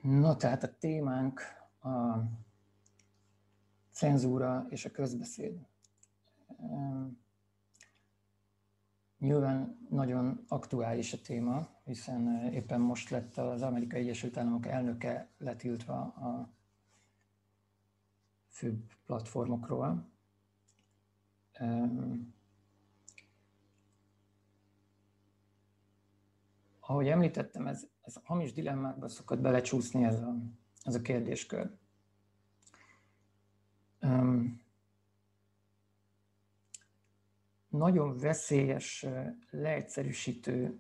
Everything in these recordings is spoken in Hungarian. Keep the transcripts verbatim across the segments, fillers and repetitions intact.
No, tehát a témánk a cenzúra és a közbeszéd. Nyilván nagyon aktuális a téma, hiszen éppen most lett az Amerikai Egyesült Államok elnöke letiltva a főbb platformokról. Ahogy említettem, ez, ez hamis dilemmákba szokott belecsúszni ez a, ez a kérdéskör. Um, nagyon veszélyes, leegyszerűsítő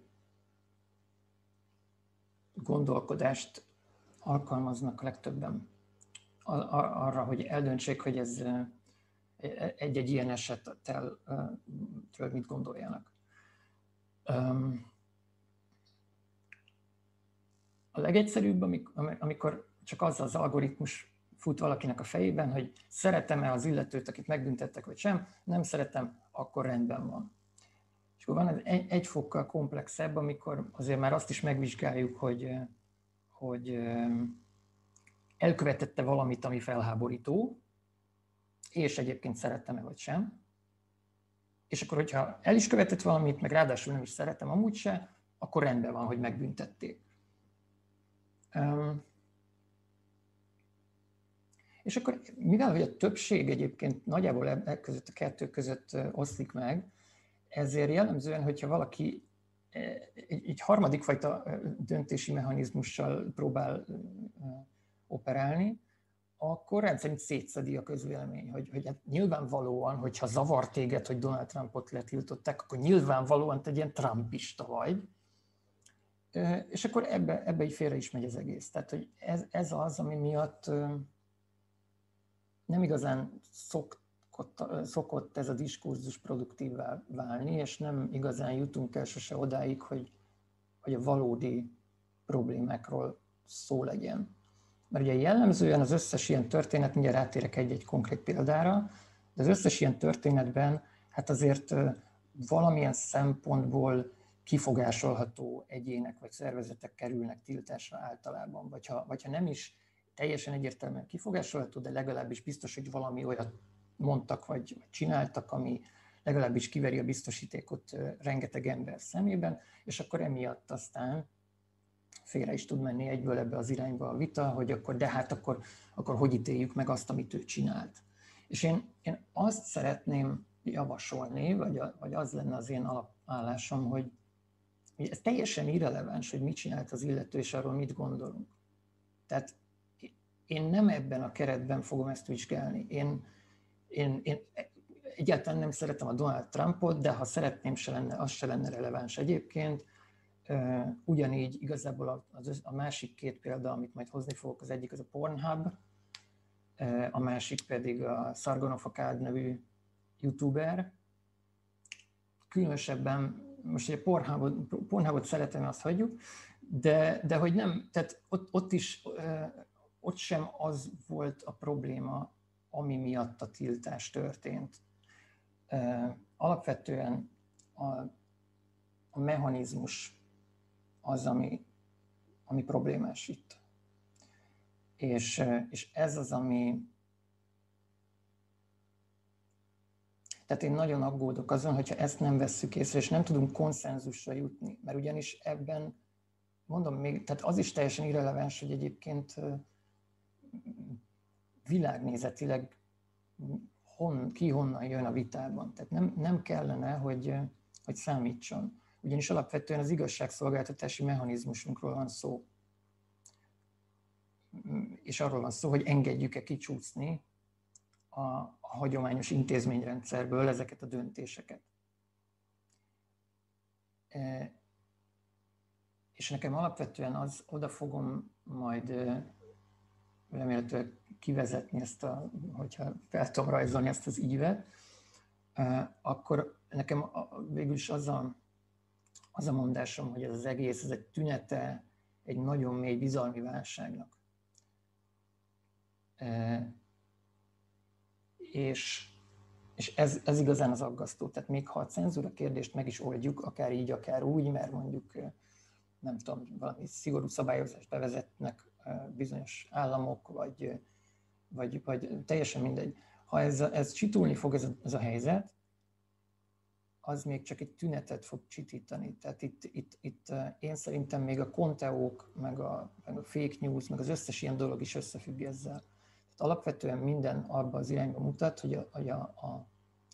gondolkodást alkalmaznak a legtöbben arra, hogy eldöntsék, hogy ez egy-egy ilyen esettel mit gondoljanak. Um, A legegyszerűbb, amikor csak az az algoritmus fut valakinek a fejében, hogy szeretem-e az illetőt, akit megbüntettek, vagy sem, nem szeretem, akkor rendben van. És akkor van egy, egy fokkal komplexebb, amikor azért már azt is megvizsgáljuk, hogy, hogy elkövetette valamit, ami felháborító, és egyébként szeretem-e, vagy sem. És akkor, hogyha el is követett valamit, meg ráadásul nem is szeretem amúgy se, akkor rendben van, hogy megbüntették. Um, és akkor, mivel hogy a többség egyébként nagyjából e között, a kettő között oszlik meg, ezért jellemzően, hogyha valaki egy, egy harmadik fajta döntési mechanizmussal próbál operálni, akkor rendszerint szétszedi a közvélemény, hogy, hogy hát nyilvánvalóan, hogyha zavar téged, hogy Donald Trumpot letiltották, akkor nyilvánvalóan te egy ilyen trumpista vagy. És akkor ebbe, ebbe így félre is megy az egész. Tehát, hogy ez, ez az, ami miatt nem igazán szokott, szokott ez a diskurzus produktívvá válni, és nem igazán jutunk el sose odáig, hogy, hogy a valódi problémákról szó legyen. Mert ugye jellemzően az összes ilyen történet, mindjárt rátérek egy-egy konkrét példára, de az összes ilyen történetben hát azért valamilyen szempontból kifogásolható egyének vagy szervezetek kerülnek tiltásra általában, vagy ha, vagy ha nem is teljesen egyértelműen kifogásolható, de legalábbis biztos, hogy valami olyat mondtak vagy, vagy csináltak, ami legalábbis kiveri a biztosítékot rengeteg ember szemében, és akkor emiatt aztán félre is tud menni egyből ebbe az irányba a vita, hogy akkor de hát akkor, akkor hogy ítéljük meg azt, amit ő csinált. És én, én azt szeretném javasolni, vagy, a, vagy az lenne az én alapállásom, hogy ez teljesen irreleváns, hogy mit csinált az illető, és arról mit gondolunk. Tehát én nem ebben a keretben fogom ezt vizsgálni. Én, én, én egyáltalán nem szeretem a Donald Trumpot, de ha szeretném, se lenne, az se lenne releváns egyébként. Ugyanígy igazából az, a másik két példa, amit majd hozni fogok, az egyik az a Pornhub, a másik pedig a Sargon nevű youtuber. Különösebben most ugye Pornhubot, Pornhubot szeretem, azt hagyjuk, de, de hogy nem, tehát ott, ott is, ott sem az volt a probléma, ami miatt a tiltás történt. Alapvetően a, a mechanizmus az, ami, ami problémás itt. És, és ez az, ami... Tehát én nagyon aggódok azon, hogyha ezt nem vesszük észre, és nem tudunk konszenzusra jutni. Mert ugyanis ebben, mondom még, tehát az is teljesen irreleváns, hogy egyébként világnézetileg hon, ki honnan jön a vitában. Tehát nem, nem kellene, hogy, hogy számítson. Ugyanis alapvetően az igazságszolgáltatási mechanizmusunkról van szó. És arról van szó, hogy engedjük-e kicsúszni a, a hagyományos intézményrendszerből ezeket a döntéseket. E, és nekem alapvetően az, oda fogom majd remélhetőleg kivezetni ezt, a, hogyha fel tudom rajzolni ezt az ívet, e, akkor nekem a, végül is az a, az a mondásom, hogy ez az egész, ez egy tünete egy nagyon mély bizalmi válságnak. E, És, és ez, ez igazán az aggasztó. Tehát még ha a cenzúra kérdést meg is oldjuk, akár így, akár úgy, mert mondjuk, nem tudom, valami szigorú szabályozást bevezetnek bizonyos államok, vagy, vagy, vagy teljesen mindegy. Ha ez, ez csitulni fog ez a, ez a helyzet, az még csak egy tünetet fog csitítani. Tehát itt, itt, itt én szerintem még a konteók, meg a, meg a fake news, meg az összes ilyen dolog is összefügg ezzel. Tehát alapvetően minden abba az irányba mutat, hogy a, hogy a, a,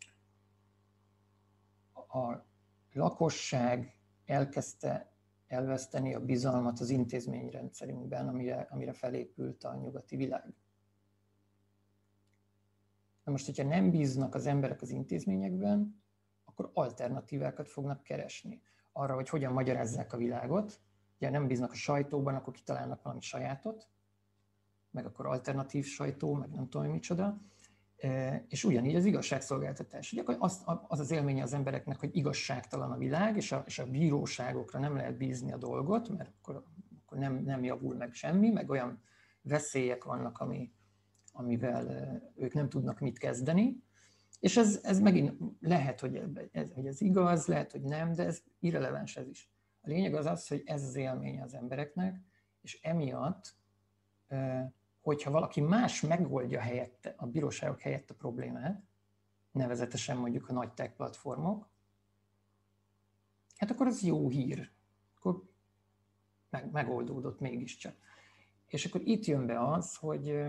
a lakosság elkezdte elveszteni a bizalmat az intézményrendszerünkben, amire, amire felépült a nyugati világ. Na most, hogyha nem bíznak az emberek az intézményekben, akkor alternatívákat fognak keresni arra, hogy hogyan magyarázzák a világot. Ugye nem bíznak a sajtóban, akkor kitalálnak valami sajátot, meg akkor alternatív sajtó, meg nem tudom, micsoda. És ugyanígy az igazságszolgáltatás. Ugye az, az az élménye az embereknek, hogy igazságtalan a világ, és a, és a bíróságokra nem lehet bízni a dolgot, mert akkor, akkor nem, nem javul meg semmi, meg olyan veszélyek vannak, ami, amivel ők nem tudnak mit kezdeni. És ez, ez megint lehet, hogy ez, hogy ez igaz, lehet, hogy nem, de ez irreleváns ez is. A lényeg az az, hogy ez az élménye az embereknek, és emiatt, hogyha valaki más megoldja helyette, a bíróságok helyett a problémát, nevezetesen mondjuk a nagy tech platformok, hát akkor az jó hír. Akkor meg, megoldódott mégiscsak. És akkor itt jön be az, hogy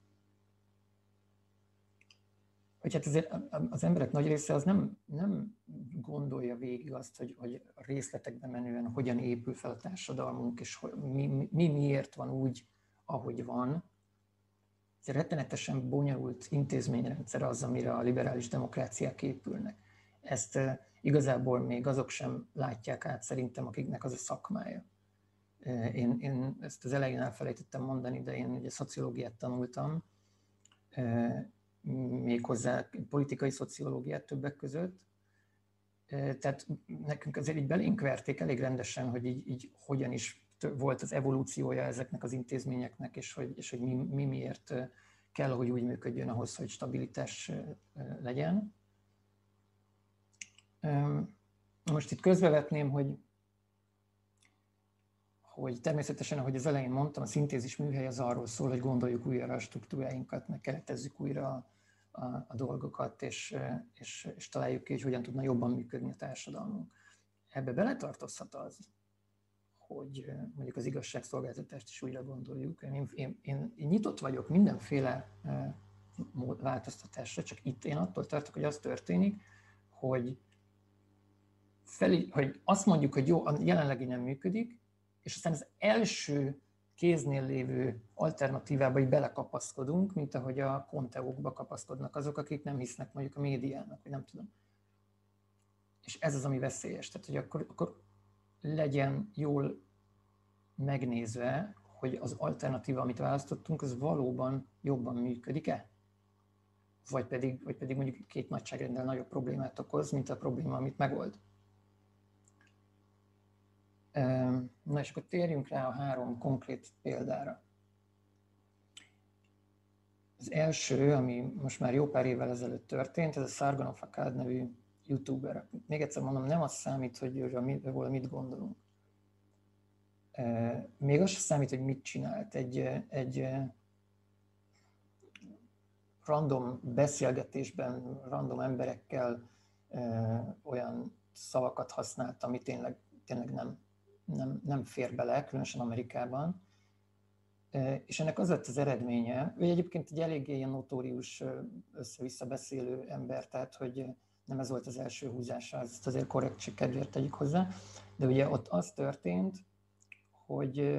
hogy hát azért az emberek nagy része az nem, nem gondolja végig azt, hogy, hogy a részletekben menően hogyan épül fel a társadalmunk, és hogy mi, mi miért van úgy, ahogy van. Ez rettenetesen bonyolult intézményrendszer az, amire a liberális demokráciák épülnek. Ezt igazából még azok sem látják át szerintem, akiknek az a szakmája. Én, én ezt az elején elfelejtettem mondani, de én ugye szociológiát tanultam, méghozzá politikai szociológiát többek között. Tehát nekünk azért így belénk verték elég rendesen, hogy így, így hogyan is volt az evolúciója ezeknek az intézményeknek, és hogy, és hogy mi, mi miért kell, hogy úgy működjön ahhoz, hogy stabilitás legyen. Most itt közbevetném, hogy, hogy természetesen, ahogy az elején mondtam, a szintézis műhely az arról szól, hogy gondoljuk újra a struktúráinkat, meg keretezzük újra a, a, a dolgokat, és, és, és találjuk ki, hogy hogyan tudna jobban működni a társadalmunk. Ebbe beletartozhat az, hogy mondjuk az igazságszolgáltatást is újra gondoljuk. Én, én, én, én nyitott vagyok mindenféle mód változtatásra, csak itt én attól tartok, hogy az történik, hogy, fel, hogy azt mondjuk, hogy jó, a jelenlegi nem működik, és aztán az első kéznél lévő alternatívába így belekapaszkodunk, mint ahogy a konteókba kapaszkodnak azok, akik nem hisznek mondjuk a médiának, vagy nem tudom. És ez az, ami veszélyes. Tehát, hogy akkor, akkor legyen jól megnézve, hogy az alternatíva, amit választottunk, az valóban jobban működik-e? Vagy pedig, vagy pedig mondjuk két nagyságrenddel nagyobb problémát okoz, mint a probléma, amit megold. Na és akkor térjünk rá a három konkrét példára. Az első, ami most már jó pár évvel ezelőtt történt, ez a Sargon Akkad nevű youtuber. Még egyszer mondom, nem az számít, hogy őről mit gondolunk. Még az sem számít, hogy mit csinált. Egy, egy random beszélgetésben, random emberekkel olyan szavakat használt, ami tényleg, tényleg nem, nem, nem fér bele, különösen Amerikában. És ennek az lett az eredménye, hogy egyébként egy eléggé ilyen notórius össze-vissza beszélő ember, tehát hogy nem ez volt az első húzása, ezt azért korrektség kedvéért tegyük hozzá, de ugye ott az történt, hogy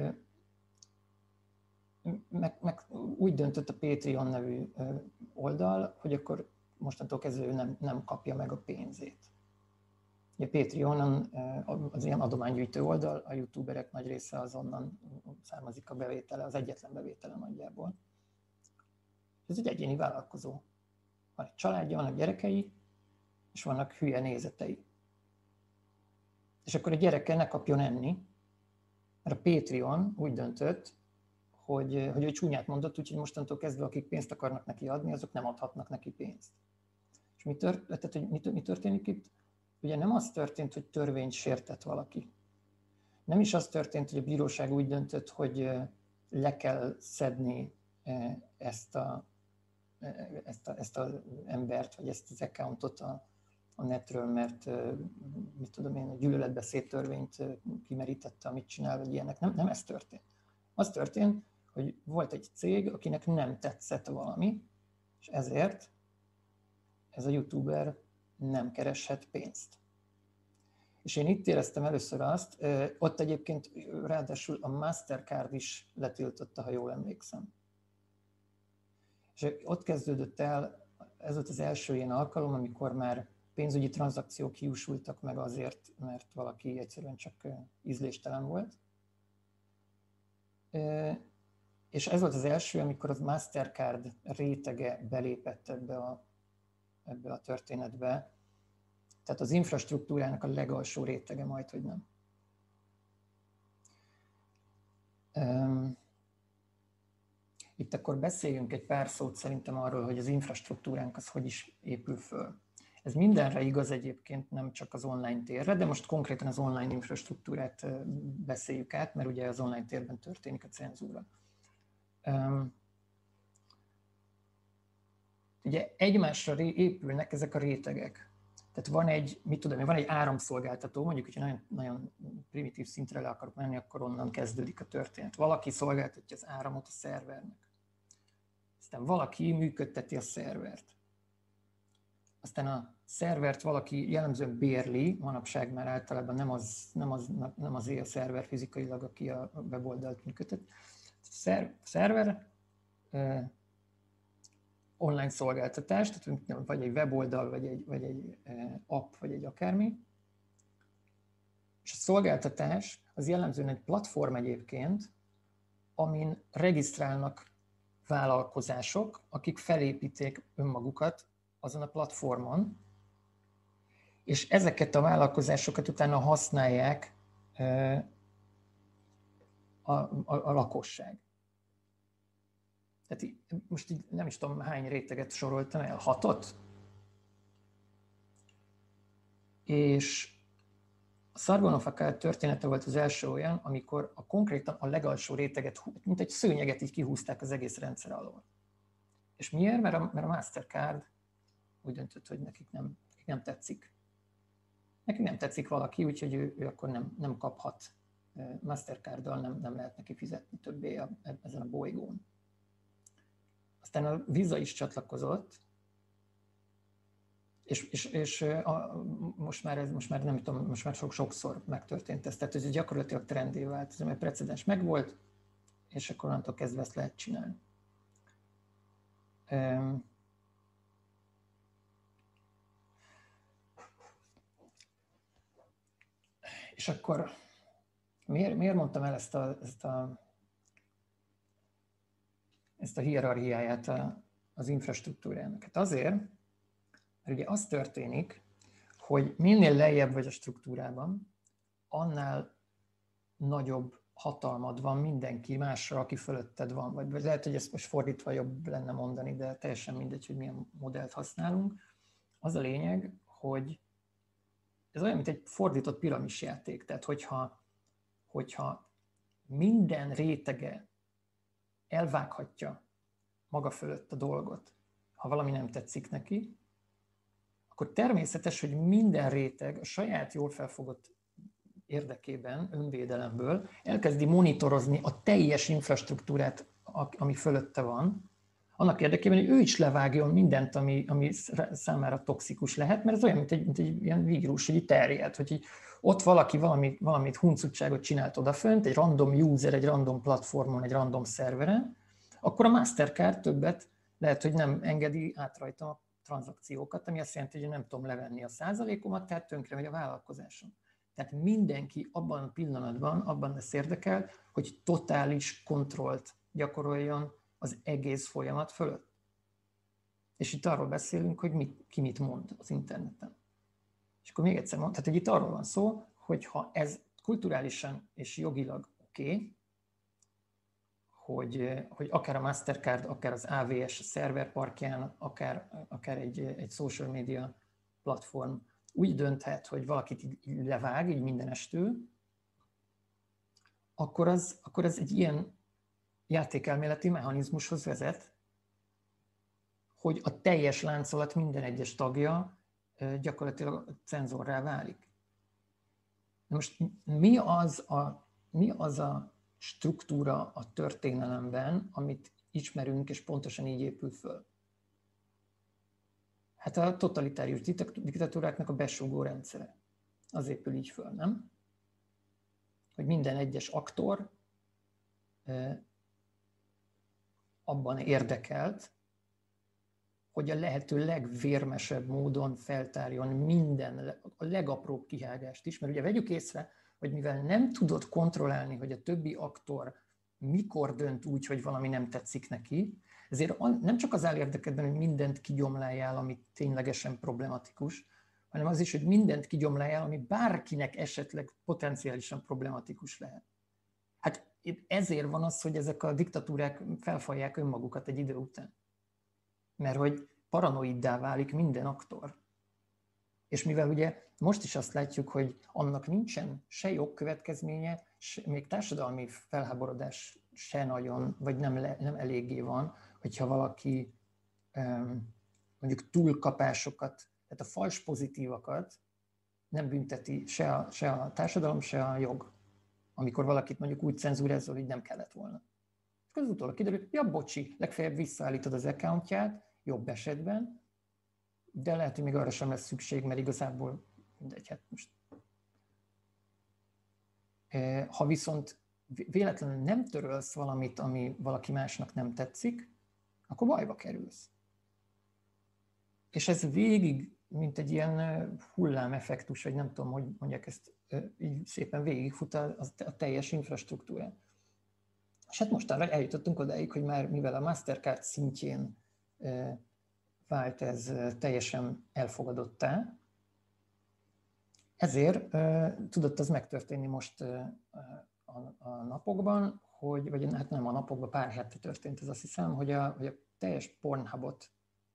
meg, meg úgy döntött a Patreon nevű oldal, hogy akkor mostantól kezdve ő nem, nem kapja meg a pénzét. A Patreonon az ilyen adománygyűjtő oldal, a youtuberek nagy része azonnan származik a bevétele, az egyetlen bevétele nagyjából. Ez egy egyéni vállalkozó. Van egy családja, vannak gyerekei, és vannak hülye nézetei. És akkor a gyereke ne kapjon enni, mert a Patreon úgy döntött, hogy, hogy ő csúnyát mondott, úgyhogy mostantól kezdve, akik pénzt akarnak neki adni, azok nem adhatnak neki pénzt. És mi, tört, tehát, hogy mi, mi történik itt? Ugye nem az történt, hogy törvényt sértett valaki. Nem is az történt, hogy a bíróság úgy döntött, hogy le kell szedni ezt a, ezt a, ezt az embert, vagy ezt az accountot a, a netről, mert mit tudom én, a gyűlöletbeszéd törvényt kimerítette, amit csinál, vagy ilyenek. Nem, nem ez történt. Az történt, hogy volt egy cég, akinek nem tetszett valami, és ezért ez a youtuber nem kereshet pénzt. És én itt éreztem először azt, ott egyébként ráadásul a Mastercard is letiltotta, ha jól emlékszem. És ott kezdődött el, ez volt az első ilyen alkalom, amikor már pénzügyi tranzakciók hiúsultak meg azért, mert valaki egyszerűen csak ízléstelen volt. És ez volt az első, amikor a Mastercard rétege belépett ebbe a, ebbe a történetbe. Tehát az infrastruktúrának a legalsó rétege majd, hogy nem. Itt akkor beszéljünk egy pár szót szerintem arról, hogy az infrastruktúránk az hogy is épül föl. Ez mindenre igaz egyébként, nem csak az online térre, de most konkrétan az online infrastruktúrát beszéljük át, mert ugye az online térben történik a cenzúra. Ugye egymásra épülnek ezek a rétegek. Tehát van egy, mit tudom, van egy áramszolgáltató, mondjuk, hogyha nagyon, nagyon primitív szintre le akarok menni, akkor onnan kezdődik a történet. Valaki szolgáltatja az áramot a szervernek. Aztán valaki működteti a szervert. Aztán a szervert valaki jellemzően bérli, manapság már általában nem az, nem az, nem az a szerver fizikailag, aki a weboldalt működtet. A szerver eh, online szolgáltatás, tehát vagy egy weboldal, vagy egy, vagy egy eh, app, vagy egy akármi. És a szolgáltatás az jellemzően egy platform egyébként, amin regisztrálnak vállalkozások, akik felépítik önmagukat azon a platformon, és ezeket a vállalkozásokat utána használják a, a, a lakosság. Tehát most így nem is tudom, hány réteget soroltam el, hatot? És a Sargon-of-Akkad története volt az első olyan, amikor a konkrétan a legalsó réteget, mint egy szőnyeget így kihúzták az egész rendszer alól. És miért? Mert a, mert a Mastercard úgy döntött, hogy nekik nem, nekik nem tetszik. Nekik nem tetszik valaki, úgyhogy ő, ő akkor nem, nem kaphat Mastercarddal, nem, nem lehet neki fizetni többé a, ezen a bolygón. Aztán a Visa is csatlakozott, és, és, és a, most, már ez, most már nem tudom, most már sok, sokszor megtörtént ez, tehát ez gyakorlatilag trendé vált, ez egy precedens megvolt, és akkor onnantól kezdve ezt lehet csinálni. Um, és akkor miért, miért mondtam el ezt a, ezt a, ezt a hierarchiáját az infrastruktúrának? Hát azért, mert ugye az történik, hogy minél lejjebb vagy a struktúrában, annál nagyobb hatalmad van mindenki másra, aki fölötted van. Vagy lehet, hogy ezt most fordítva jobb lenne mondani, de teljesen mindegy, hogy milyen modellt használunk. Az a lényeg, hogy ez olyan, mint egy fordított piramisjáték. Tehát, hogyha, hogyha minden rétege elvághatja maga fölött a dolgot, ha valami nem tetszik neki, akkor természetes, hogy minden réteg a saját jól felfogott érdekében, önvédelemből elkezdi monitorozni a teljes infrastruktúrát, ami fölötte van, annak érdekében, hogy ő is levágjon mindent, ami, ami számára toxikus lehet, mert ez olyan, mint egy, mint egy ilyen vírus, hogy terjed, hogy ott valaki valamit, valamit huncutságot csinált odafönt, egy random user, egy random platformon, egy random szerveren, akkor a Mastercard többet lehet, hogy nem engedi át rajta a tranzakciókat, ami azt jelenti, hogy nem tudom levenni a százalékomat, tehát tönkre megy a vállalkozásom. Tehát mindenki abban a pillanatban abban lesz érdekel, hogy totális kontrollt gyakoroljon az egész folyamat fölött. És itt arról beszélünk, hogy mit, ki mit mond az interneten. És akkor még egyszer mondom, tehát hogy itt arról van szó, hogy ha ez kulturálisan és jogilag oké, okay, hogy, hogy akár a Mastercard, akár az á vé es szerverparkján, akár, akár egy, egy social media platform úgy dönthet, hogy valakit így levág, így mindenestől, akkor az, akkor az egy ilyen játékelméleti mechanizmushoz vezet, hogy a teljes láncolat minden egyes tagja gyakorlatilag cenzorrá válik. Most mi az a, mi az a struktúra a történelemben, amit ismerünk, és pontosan így épül föl? Hát a totalitárius diktatúráknak a besúgó rendszere. Az épül így föl, nem? Hogy minden egyes aktor abban érdekelt, hogy a lehető legvérmesebb módon feltárjon minden, a legapróbb kihágást is. Mert ugye vegyük észre, hogy mivel nem tudod kontrollálni, hogy a többi aktor mikor dönt úgy, hogy valami nem tetszik neki, ezért nem csak az áll érdekedben, hogy mindent kigyomláljál, ami ténylegesen problematikus, hanem az is, hogy mindent kigyomláljál, ami bárkinek esetleg potenciálisan problematikus lehet. Hát ezért van az, hogy ezek a diktatúrák felfalják önmagukat egy idő után. Mert hogy paranoiddá válik minden aktor. És mivel ugye most is azt látjuk, hogy annak nincsen se jogkövetkezménye, se, még társadalmi felháborodás se nagyon, vagy nem, le, nem eléggé van, hogyha valaki mondjuk túlkapásokat, tehát a fals pozitívakat nem bünteti se a, se a társadalom, se a jog, amikor valakit mondjuk úgy cenzúrázol, hogy nem kellett volna. És az utólag kiderül, hogy ja, bocsi, legfeljebb visszaállítod az accountját, jobb esetben, de lehet, hogy még arra sem lesz szükség, mert igazából mindegy, hát most. Ha viszont véletlenül nem törölsz valamit, ami valaki másnak nem tetszik, akkor bajba kerülsz. És ez végig, mint egy ilyen hullámeffektus, vagy nem tudom, hogy mondják ezt, így szépen végigfut a, a teljes infrastruktúrán. És hát mostanra eljutottunk odáig, hogy már mivel a Mastercard szintjén vált ez teljesen elfogadottá, ezért tudott az megtörténni most a, a napokban, hogy, vagy hát nem a napokban, pár hete történt ez, azt hiszem, hogy a, hogy a teljes Pornhubot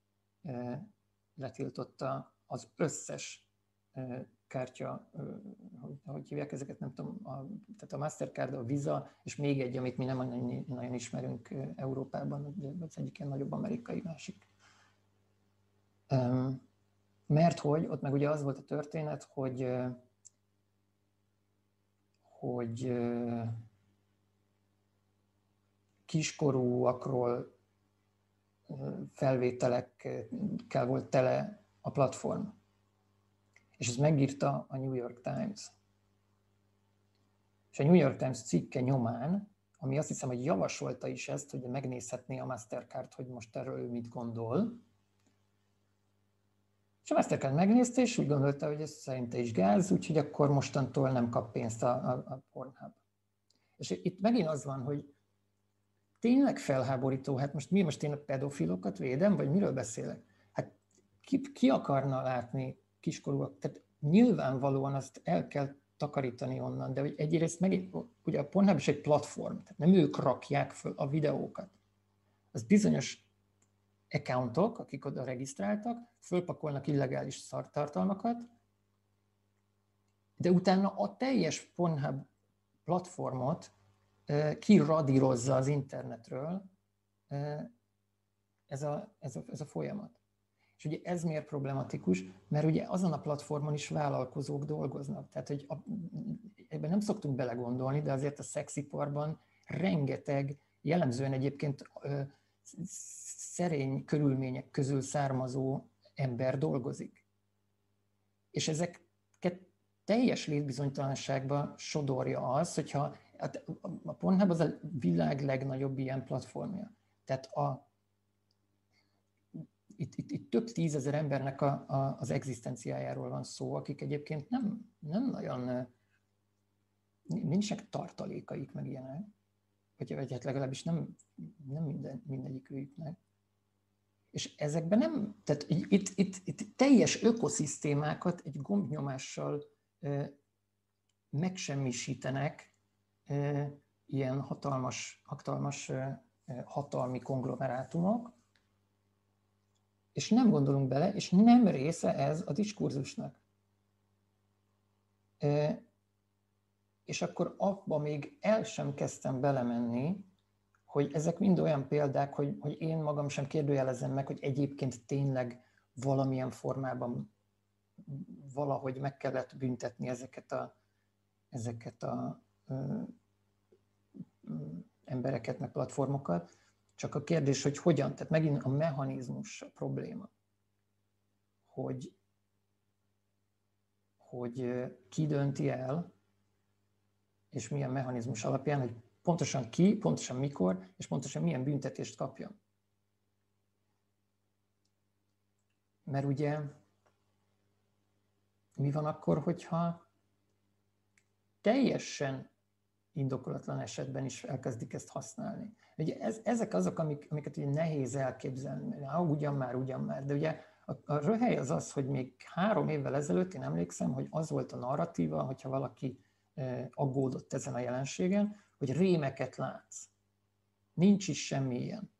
letiltotta az összes kártya, hogy hívják ezeket, nem tudom, a, tehát a Mastercard, a Visa, és még egy, amit mi nem nagyon ismerünk Európában, az egyik ilyen nagyobb amerikai másik. Mert hogy ott meg ugye az volt a történet, hogy, hogy kiskorúakról felvételekkel volt tele a platform. És ezt megírta a New York Times. És a New York Times cikke nyomán, ami azt hiszem, hogy javasolta is ezt, hogy megnézhetné a Mastercard, hogy most erről ő mit gondol. És a Mastercard megnézte, és úgy gondolta, hogy ez szerinte is gáz, úgyhogy akkor mostantól nem kap pénzt a, a, a Pornhub. És itt megint az van, hogy tényleg felháborító, hát most mi most én a pedofilokat védem, vagy miről beszélek? Hát ki, ki akarna látni kiskorúak? Tehát nyilvánvalóan azt el kell takarítani onnan, de hogy egyrészt megint, ugye a Pornhub is egy platform, tehát nem ők rakják föl a videókat. Az bizonyos accountok, akik oda regisztráltak, fölpakolnak illegális szartartalmakat, de utána a teljes Pornhub platformot kiradírozza az internetről ez a, ez, a, ez a folyamat. És ugye ez miért problematikus? Mert ugye azon a platformon is vállalkozók dolgoznak. Tehát, hogy a, ebben nem szoktunk belegondolni, de azért a szexiparban rengeteg, jellemzően egyébként szerény körülmények közül származó ember dolgozik. És ezeket teljes létbizonytalanságba sodorja az, hogyha a Pornhub az a világ legnagyobb ilyen platformja. Tehát a, itt, itt, itt több tízezer embernek a, a, az egzisztenciájáról van szó, akik egyébként nem, nem nagyon, nincsenek tartalékaik meg ilyenek, vagy, vagy hát legalábbis nem, nem minden, mindegyiküknek. És ezekben nem, tehát itt, itt, itt teljes ökoszisztémákat egy gombnyomással e, megsemmisítenek e, ilyen hatalmas, hatalmas e, hatalmi konglomerátumok, és nem gondolunk bele, és nem része ez a diskurzusnak. E, és akkor abba még el sem kezdtem belemenni, hogy ezek mind olyan példák, hogy, hogy én magam sem kérdőjelezem meg, hogy egyébként tényleg valamilyen formában valahogy meg kellett büntetni ezeket a, ezeket a ö, ö, embereket, meg platformokat. Csak a kérdés, hogy hogyan, tehát megint a mechanizmus a probléma, hogy, hogy ki dönti el, és milyen mechanizmus alapján, hogy pontosan ki, pontosan mikor, és pontosan milyen büntetést kapjon. Mert ugye mi van akkor, hogyha teljesen indokolatlan esetben is elkezdik ezt használni. Ugye ez, ezek azok, amik, amiket ugye nehéz elképzelni. Ah, ugyan már, ugyan már. De ugye a, a röhely az az, hogy még három évvel ezelőtt én emlékszem, hogy az volt a narratíva, hogyha valaki eh, aggódott ezen a jelenségen, hogy rémeket látsz. Nincs is semmi ilyen.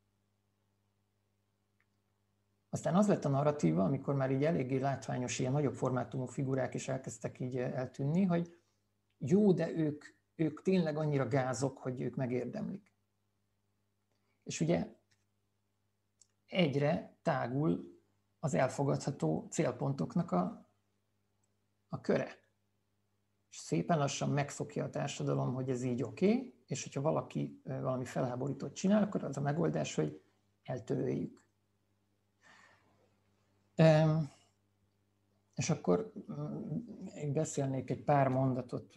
Aztán az lett a narratíva, amikor már így eléggé látványos, ilyen nagyobb formátumú figurák is elkezdtek így eltűnni, hogy jó, de ők, ők tényleg annyira gázok, hogy ők megérdemlik. És ugye egyre tágul az elfogadható célpontoknak a, a köre. És szépen lassan megszokja a társadalom, hogy ez így oké, okay, és hogyha valaki valami felháborítót csinál, akkor az a megoldás, hogy eltöröljük. És akkor én beszélnék egy pár mondatot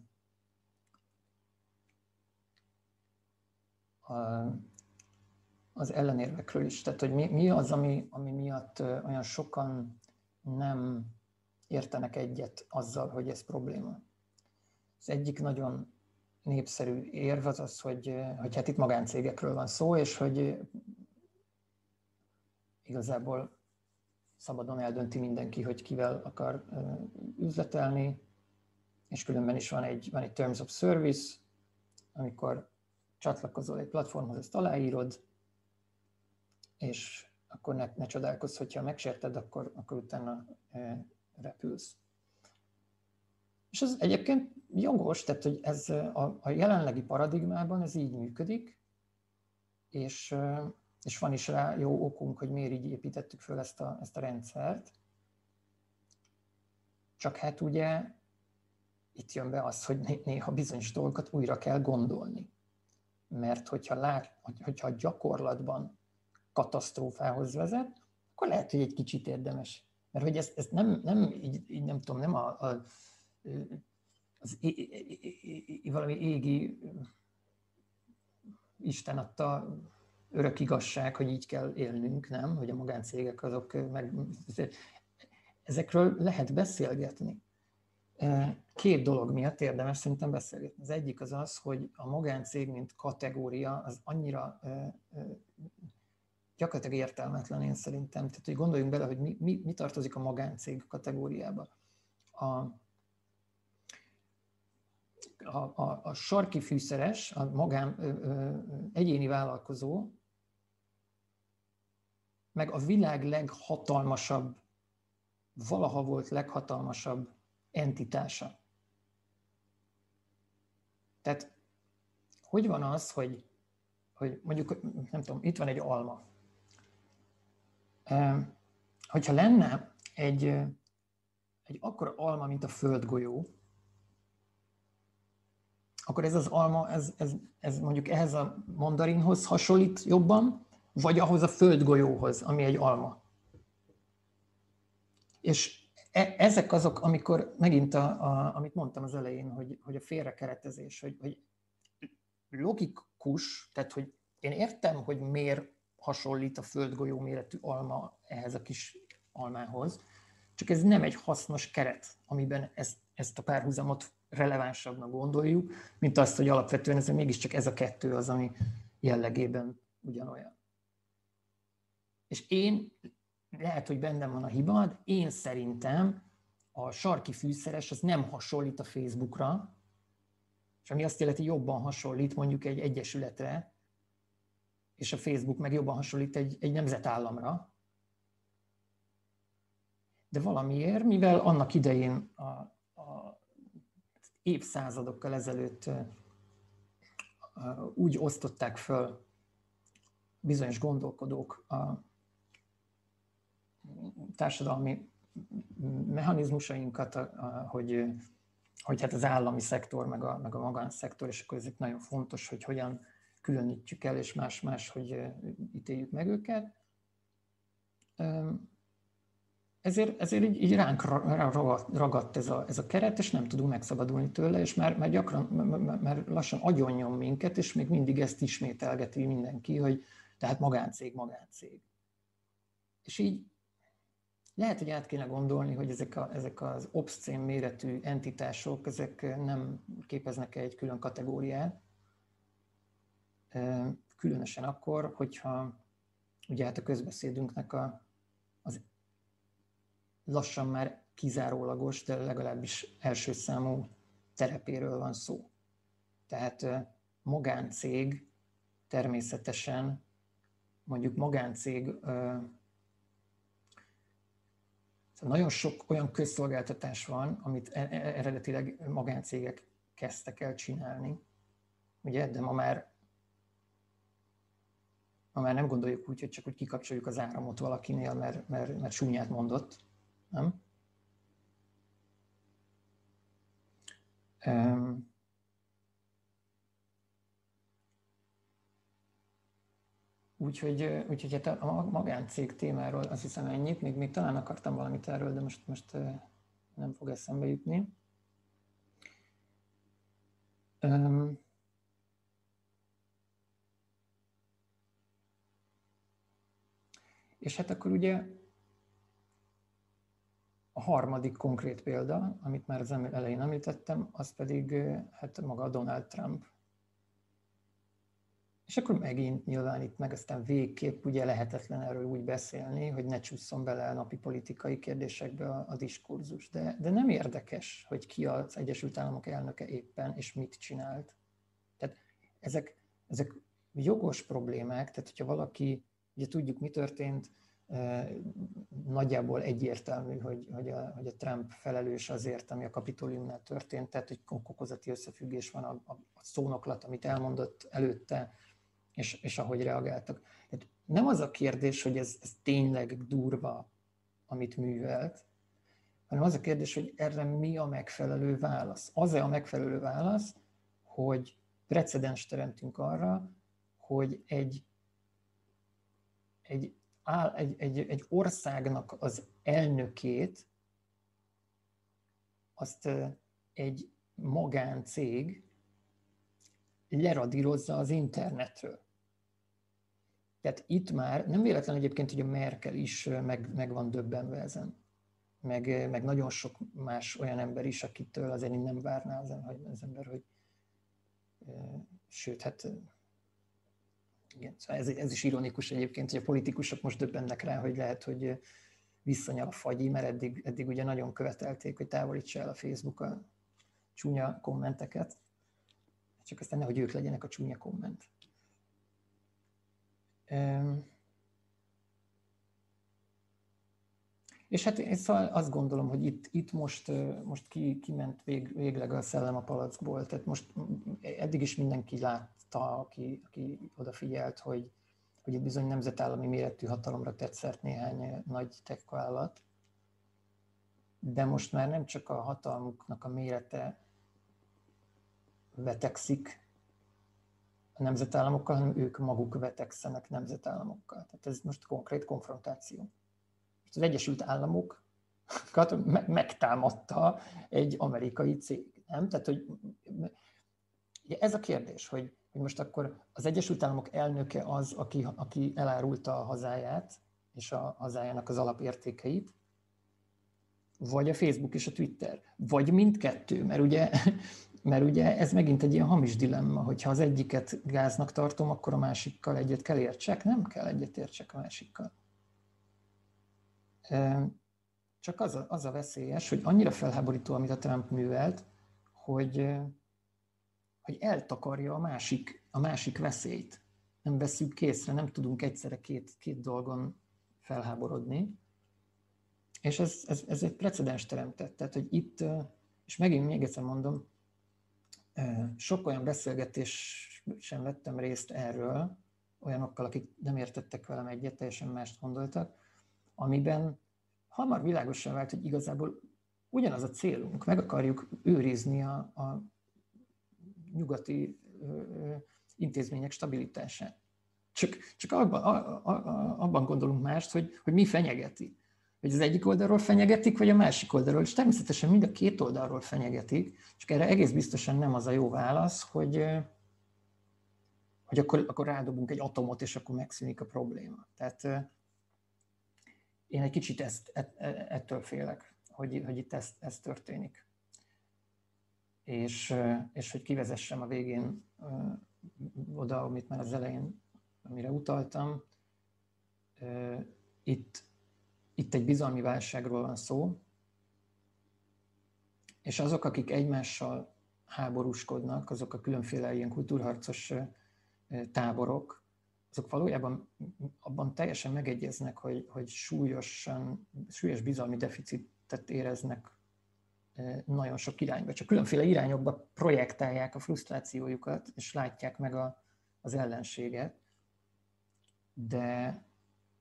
az ellenérvekről is. Tehát, hogy mi, mi az, ami, ami miatt olyan sokan nem értenek egyet azzal, hogy ez probléma. Az egyik nagyon népszerű érv az az, hogy, hogy hát itt magáncégekről van szó, és hogy igazából szabadon eldönti mindenki, hogy kivel akar üzletelni, és különben is van egy, van egy Terms of Service, amikor csatlakozol egy platformhoz, ezt aláírod, és akkor ne, ne csodálkozz, hogyha megsérted, akkor, akkor utána e, repülsz. És ez egyébként jogos, tehát hogy ez a, a jelenlegi paradigmában ez így működik, és, és van is rá jó okunk, hogy miért így építettük föl ezt a, ezt a rendszert. Csak hát ugye itt jön be az, hogy néha bizonyos dolgokat újra kell gondolni. Mert hogyha, lát, hogyha a gyakorlatban katasztrófához vezet, akkor lehet, hogy egy kicsit érdemes. Mert hogy ezt, ezt nem, nem, így, így nem tudom, nem a, a, az é, é, é, valami égi Isten adta örök igazság, hogy így kell élnünk, nem? Hogy a magáncégek azok meg... Ezekről lehet beszélgetni. Két dolog miatt érdemes szerintem beszélgetni. Az egyik az az, hogy a magáncég, mint kategória, az annyira gyakorlatilag értelmetlen, én szerintem. Tehát, hogy gondoljunk bele, hogy mi, mi, mi tartozik a magáncég kategóriába. A, a, a, a sarki fűszeres, a magán ö, ö, egyéni vállalkozó, meg a világ leghatalmasabb, valaha volt leghatalmasabb entitása. Tehát hogy van az, hogy, hogy mondjuk, nem tudom, itt van egy alma. Hogyha lenne egy, egy akkora alma, mint a földgolyó, akkor ez az alma, ez, ez, ez mondjuk ehhez a mandarinhoz hasonlít jobban, vagy ahhoz a földgolyóhoz, ami egy alma. És e, ezek azok, amikor megint, a, a, amit mondtam az elején, hogy, hogy a félrekeretezés, hogy, hogy logikus, tehát hogy én értem, hogy miért hasonlít a földgolyó méretű alma ehhez a kis almához, csak ez nem egy hasznos keret, amiben ezt, ezt a párhuzamot relevánsabbnak gondoljuk, mint azt, hogy alapvetően ez mégiscsak ez a kettő az, ami jellegében ugyanolyan. És én, lehet, hogy bennem van a hiba, de én szerintem a sarki fűszeres az nem hasonlít a Facebookra, és ami azt jelenti, jobban hasonlít mondjuk egy egyesületre, és a Facebook meg jobban hasonlít egy, egy nemzetállamra. De valamiért, mivel annak idején a, a évszázadokkal ezelőtt úgy osztották föl bizonyos gondolkodók a társadalmi mechanizmusainkat, hogy, hogy hát az állami szektor, meg a, meg a magánszektor, és akkor ezek nagyon fontos, hogy hogyan különítjük el, és más-más, hogy ítéljük meg őket. Ezért, ezért így, így ránk ragadt ez a, ez a keret, és nem tudunk megszabadulni tőle, és már, már gyakran, már lassan agyonnyom minket, és még mindig ezt ismételgeti mindenki, hogy tehát magáncég, magáncég. És így lehet, hogy át kéne gondolni, hogy ezek, a, ezek az obszcén méretű entitások, ezek nem képeznek egy külön kategóriát, különösen akkor, hogyha ugye hát a közbeszédünknek a, az lassan már kizárólagos, de legalábbis első számú terepéről van szó. Tehát magáncég természetesen, mondjuk magáncég, nagyon sok olyan közszolgáltatás van, amit eredetileg magáncégek kezdtek el csinálni, ugye, de ma már, ma már nem gondoljuk úgy, hogy csak úgy kikapcsoljuk az áramot valakinél, mert, mert, mert súnyát mondott, nem? Um, Úgyhogy, úgyhogy hát a magáncég témáról azt hiszem ennyit, még, még talán akartam valamit erről, de most, most nem fog eszembe jutni. Um, és hát akkor ugye a harmadik konkrét példa, amit már az elején említettem, az pedig hát maga Donald Trump. És akkor megint nyilván itt meg aztán végképp ugye lehetetlen erről úgy beszélni, hogy ne csúszson bele a napi politikai kérdésekbe a, a diskurzus. De, de nem érdekes, hogy ki az Egyesült Államok elnöke éppen, és mit csinált. Tehát ezek, ezek jogos problémák, tehát hogyha valaki, ugye tudjuk mi történt, nagyjából egyértelmű, hogy, hogy, a, hogy a Trump felelős azért, ami a Kapitoliumnál történt, tehát hogy okozati összefüggés van a, a, a szónoklat, amit elmondott előtte, és, és ahogy reagáltak. Tehát nem az a kérdés, hogy ez, ez tényleg durva, amit művelt, hanem az a kérdés, hogy erre mi a megfelelő válasz. Az-e a megfelelő válasz, hogy precedens teremtünk arra, hogy egy, egy, egy, egy, egy országnak az elnökét azt egy magáncég leradírozza az internetről. Tehát itt már nem véletlen egyébként, hogy a Merkel is meg, meg van döbbenve ezen. Meg, meg nagyon sok más olyan ember is, akitől azért nem várná az, az ember, hogy sőt, hát igen, szóval ez, ez is ironikus egyébként, hogy a politikusok most döbbennek rá, hogy lehet, hogy visszanyal a fagyi, mert eddig, eddig ugye nagyon követelték, hogy távolítsa el a Facebook a csúnya kommenteket. Csak aztán nehogy ők legyenek a csúnya komment. És hát én szóval azt gondolom, hogy itt, itt most, most ki, kiment vég, végleg a szellem a palackból. Tehát most eddig is mindenki látta, aki, aki odafigyelt, hogy, hogy itt bizony nemzetállami méretű hatalomra tett szert néhány nagy tech vállalat. De most már nem csak a hatalmuknak a mérete vetekszik a nemzetállamokkal, hanem ők maguk vetekszenek nemzetállamokkal. Tehát ez most konkrét konfrontáció. Most az Egyesült Államokat megtámadta egy amerikai cég, nem? Tehát, hogy ez a kérdés, hogy, hogy most akkor az Egyesült Államok elnöke az, aki, aki elárulta a hazáját, és a hazájának az alapértékeit, vagy a Facebook és a Twitter, vagy mindkettő, mert ugye, mert ugye ez megint egy ilyen hamis dilemma, hogyha az egyiket gáznak tartom, akkor a másikkal egyet kell értsek, nem kell egyet értsek a másikkal. Csak az a, az a veszélyes, hogy annyira felháborító, amit a Trump művelt, hogy, hogy eltakarja a másik, a másik veszélyt. Nem veszünk készre, nem tudunk egyszerre két, két dolgon felháborodni. És ez, ez, ez egy precedens teremtett. Tehát, hogy itt, és megint még egyszer mondom, sok olyan beszélgetés sem vettem részt erről, olyanokkal, akik nem értettek velem egyet, teljesen mást gondoltak, amiben hamar világosan vált, hogy igazából ugyanaz a célunk, meg akarjuk őrizni a, a nyugati ö, intézmények stabilitását. Csak, csak abban, a, a, abban gondolunk mást, hogy, hogy mi fenyegeti. Hogy az egyik oldalról fenyegetik, vagy a másik oldalról. És természetesen mind a két oldalról fenyegetik, csak erre egész biztosan nem az a jó válasz, hogy, hogy akkor, akkor rádobunk egy atomot, és akkor megszűnik a probléma. Tehát én egy kicsit ezt, ettől félek, hogy, hogy itt ez, ez történik. És, és hogy kivezessem a végén oda, amit már az elején, amire utaltam, itt, itt egy bizalmi válságról van szó, és azok, akik egymással háborúskodnak, azok a különféle ilyen kultúrharcos táborok, azok valójában abban teljesen megegyeznek, hogy, hogy súlyosan, súlyos bizalmi deficitet éreznek nagyon sok irányba. Csak különféle irányokba projektálják a frusztrációjukat, és látják meg a, az ellenséget. De,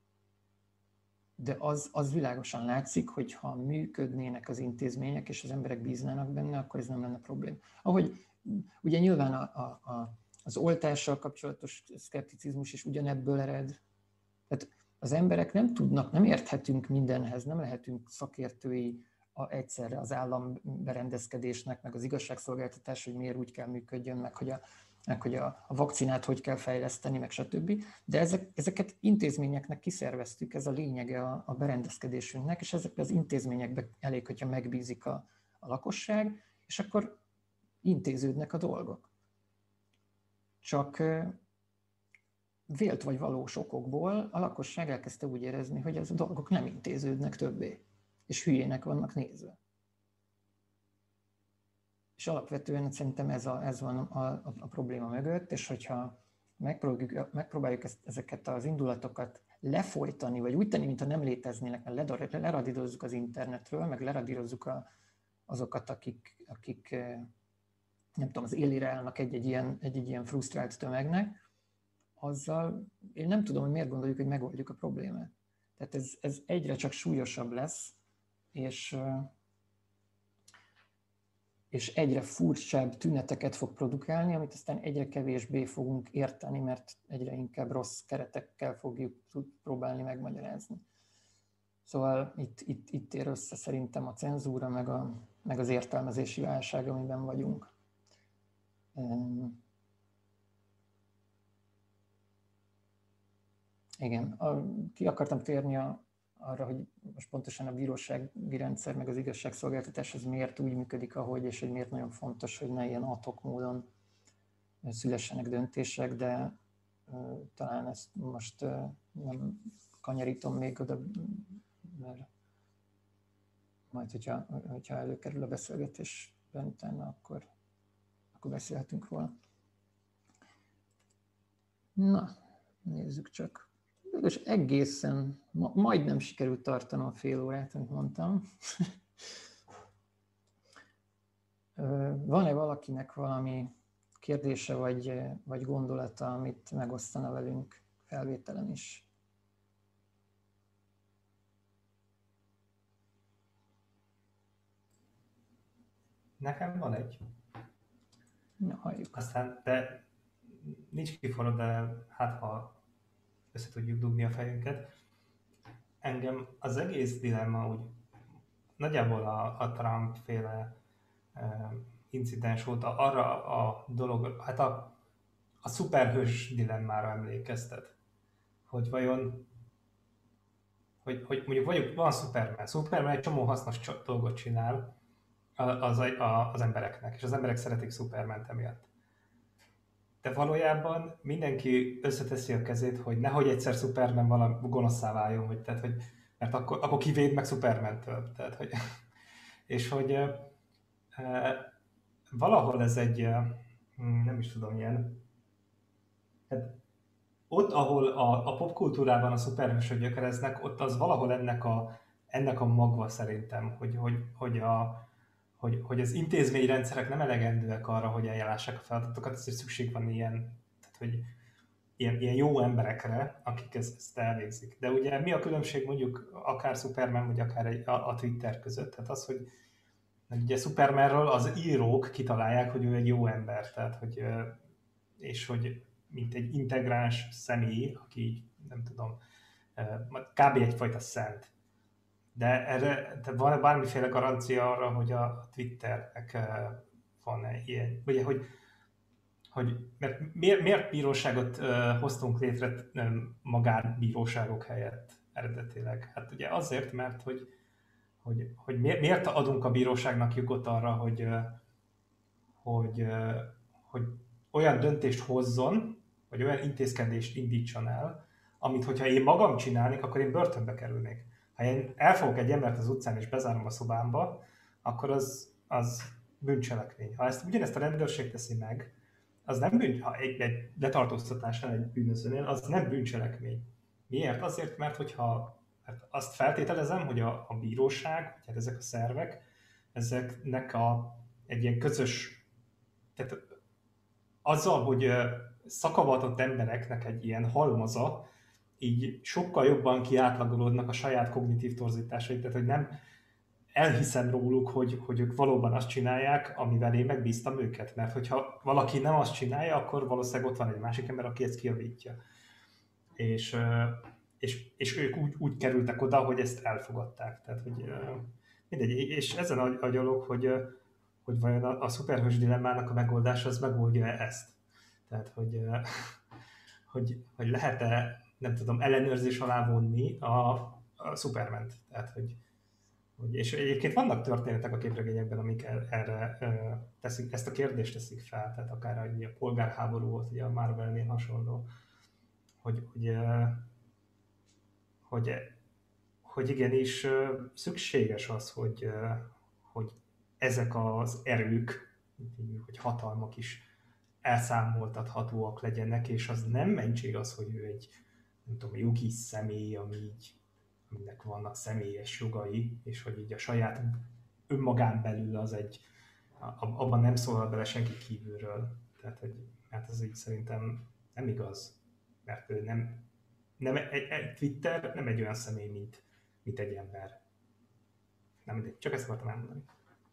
de az, az világosan látszik, hogy ha működnének az intézmények, és az emberek bíznának benne, akkor ez nem lenne probléma. Ahogy ugye nyilván a, a, a, az oltással kapcsolatos szkepticizmus is ugyanebből ered. Tehát az emberek nem tudnak, nem érthetünk mindenhez, nem lehetünk szakértői a, egyszerre az államberendezkedésnek, meg az igazságszolgáltatás, hogy miért úgy kell működjön, meg hogy a, meg hogy a, a vakcinát hogy kell fejleszteni, meg stb. De ezek, ezeket intézményeknek kiszerveztük, ez a lényege a, a berendezkedésünknek, és ezek az intézményekbe elég, hogyha megbízik a, a lakosság, és akkor intéződnek a dolgok. Csak vélt vagy valós okokból a lakosság elkezdte úgy érezni, hogy ez a dolgok nem intéződnek többé, és hülyének vannak nézve. És alapvetően szerintem ez, a, ez van a, a, a probléma mögött, és hogyha megpróbáljuk, megpróbáljuk ezt, ezeket az indulatokat lefolytani, vagy úgy tenni, mintha nem léteznének, mert leradírozzuk az internetről, meg leradírozzuk a, azokat, akik, akik nem tudom, az élére állnak egy-egy ilyen, egy-egy ilyen frusztrált tömegnek, azzal én nem tudom, hogy miért gondoljuk, hogy megoldjuk a problémát. Tehát ez, ez egyre csak súlyosabb lesz, és, és egyre furcsább tüneteket fog produkálni, amit aztán egyre kevésbé fogunk érteni, mert egyre inkább rossz keretekkel fogjuk próbálni megmagyarázni. Szóval itt, itt, itt ér össze szerintem a cenzúra, meg, a, meg az értelmezési válság, amiben vagyunk. Igen, a, ki akartam térni a, arra, hogy most pontosan a bírósági rendszer, meg az igazságszolgáltatás az miért úgy működik, ahogy, és hogy miért nagyon fontos, hogy ne ilyen ad hoc módon szülessenek döntések, de uh, talán ezt most uh, nem kanyarítom még oda, mert majd, hogyha, hogyha előkerül a beszélgetésben utána, akkor, akkor beszélhetünk róla. Na, nézzük csak. És egészen, ma, majdnem sikerült tartanom a fél órát, amit mondtam. Van-e valakinek valami kérdése vagy, vagy gondolata, amit megosztana velünk felvételen is? Nekem van egy. Na, halljuk. Aztán, de nincs kiforró, de hát ha össze tudjuk dugni a fejünket. Engem az egész dilemma úgy nagyjából a, a Trump-féle e, incidens óta arra a dolog, hát a, a szuperhős dilemmára emlékeztet. Hogy vajon, hogy, hogy mondjuk vagyunk, van Superman. Superman egy csomó hasznos dolgot csinál az, az embereknek, és az emberek szeretik Supermant emiatt. De valójában mindenki összeteszi a kezét, hogy nehogy egyszer Superman valami gonoszszá váljon, vagy, tehát, hogy, mert akkor, akkor kivéd meg Supermantől. Tehát, hogy, és hogy e, valahol ez egy, nem is tudom, ilyen, hát ott, ahol a, a popkultúrában a szuperhősök gyökereznek, ott az valahol ennek a, ennek a magva szerintem, hogy, hogy, hogy a, hogy, hogy az intézményrendszerek nem elegendőek arra, hogy eljárássák a feladatokat, ezért szükség van ilyen, tehát, hogy ilyen, ilyen jó emberekre, akik ezt, ezt elvégzik. De ugye mi a különbség mondjuk akár Superman, vagy akár egy, a, a Twitter között? Tehát az, hogy ugye Supermanről az írók kitalálják, hogy ő egy jó ember, tehát hogy, és hogy mint egy integráns személy, aki nem tudom, kb. Egyfajta szent. De erre, tehát van-e bármiféle garancia arra, hogy a Twitternek van-e ilyen, ugye, hogy, hogy mert miért, miért bíróságot hoztunk létre magánbíróságok helyett eredetileg? Hát ugye azért, mert hogy, hogy, hogy miért adunk a bíróságnak jogot arra, hogy, hogy, hogy olyan döntést hozzon, vagy olyan intézkedést indítson el, amit hogyha én magam csinálnék, akkor én börtönbe kerülnék. Ha én elfogok egy embert az utcán és bezárom a szobámba, akkor az, az bűncselekmény. Ha ezt ugyanezt a rendőrség teszi meg, az nem bűn, ha egy, egy letartóztatásnál egy bűnözőnél, az nem bűncselekmény. Miért? Azért, mert hogyha hát azt feltételezem, hogy a, a bíróság, vagy hát ezek a szervek, ezeknek a, egy ilyen közös, tehát azzal, hogy szakavatott embereknek egy ilyen halmaza, így sokkal jobban kiátlagolódnak a saját kognitív torzításai, tehát hogy nem elhiszem róluk, hogy, hogy ők valóban azt csinálják, amivel én megbíztam őket, mert hogyha valaki nem azt csinálja, akkor valószínűleg ott van egy másik ember, aki ezt kijavítja. És, és, és ők úgy, úgy kerültek oda, hogy ezt elfogadták. Tehát, hogy mindegy, és ezen agyalok, hogy, hogy vajon a, a szuperhős dilemmának a megoldása az megoldja ezt. Tehát, hogy, hogy, hogy lehet-e, nem tudom, ellenőrzés alá vonni a, a Superment. Tehát, hogy, hogy, és egyébként vannak történetek a képregényekben, amik erre teszik, ezt a kérdést teszik fel, tehát akár a, a polgárháború volt, ugye a Marvelnél hasonló, hogy, hogy, hogy, hogy igenis szükséges az, hogy, hogy ezek az erők, hogy hatalmak is elszámoltathatóak legyenek, és az nem mentség az, hogy ő egy, nem tudom, jogi személy, ami így, aminek vannak személyes jogai, és hogy így a saját önmagán belül az egy, abban nem szólhat bele senki kívülről. Tehát, hogy hát ez így szerintem nem igaz, mert ő nem, nem egy, egy Twitter nem egy olyan személy, mint, mint egy ember. Nem mindegy, csak ezt akartam elmondani.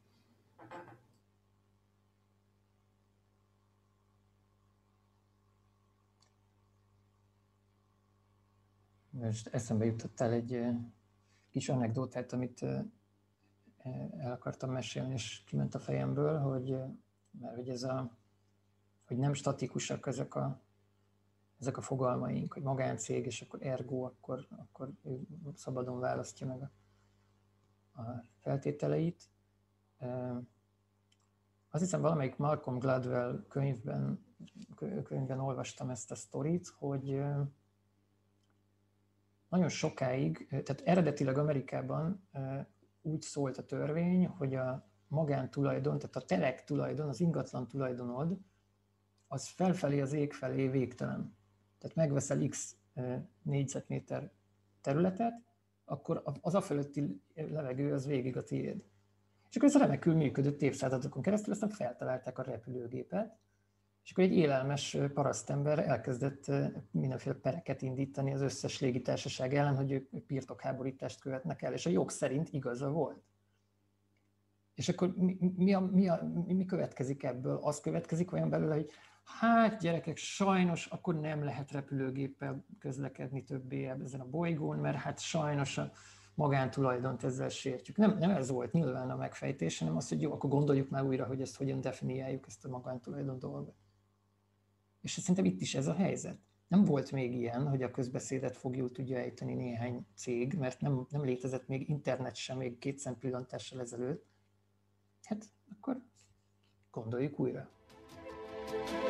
Most eszembe jutottál egy kis anekdótát, amit el akartam mesélni, és kiment a fejemből, hogy, mert hogy ez a, hogy nem statikusak ezek a, ezek a fogalmaink, hogy magáncég, és akkor ergo, akkor, akkor ő szabadon választja meg a, a feltételeit. Azt hiszem, valamelyik Malcolm Gladwell könyvben, könyvben olvastam ezt a sztorit, hogy nagyon sokáig, tehát eredetileg Amerikában úgy szólt a törvény, hogy a magántulajdon, tehát a telek tulajdon, az ingatlan tulajdonod, az felfelé az ég felé végtelen. Tehát megveszel x négyzetméter területet, akkor az a fölötti levegő az végig a tiéd. És akkor ez remekül működött évszázadokon keresztül, aztán feltalálták a repülőgépet, és akkor egy élelmes parasztember elkezdett mindenféle pereket indítani az összes légitársaság ellen, hogy ők birtokháborítást követnek el, és a jog szerint igaza volt. És akkor mi, mi, a, mi, a, mi következik ebből? Az következik olyan belőle, hogy hát gyerekek, sajnos akkor nem lehet repülőgéppel közlekedni többé ezen a bolygón, mert hát sajnos a magántulajdont ezzel sértjük. Nem, nem ez volt nyilván a megfejtés, hanem az, hogy jó, akkor gondoljuk már újra, hogy ezt hogyan definiáljuk, ezt a magántulajdon dolgot. És szerintem itt is ez a helyzet. Nem volt még ilyen, hogy a közbeszédet fogjul tudja ejteni néhány cég, mert nem, nem létezett még internet sem, még két szempillantással ezelőtt. Hát akkor gondoljuk újra.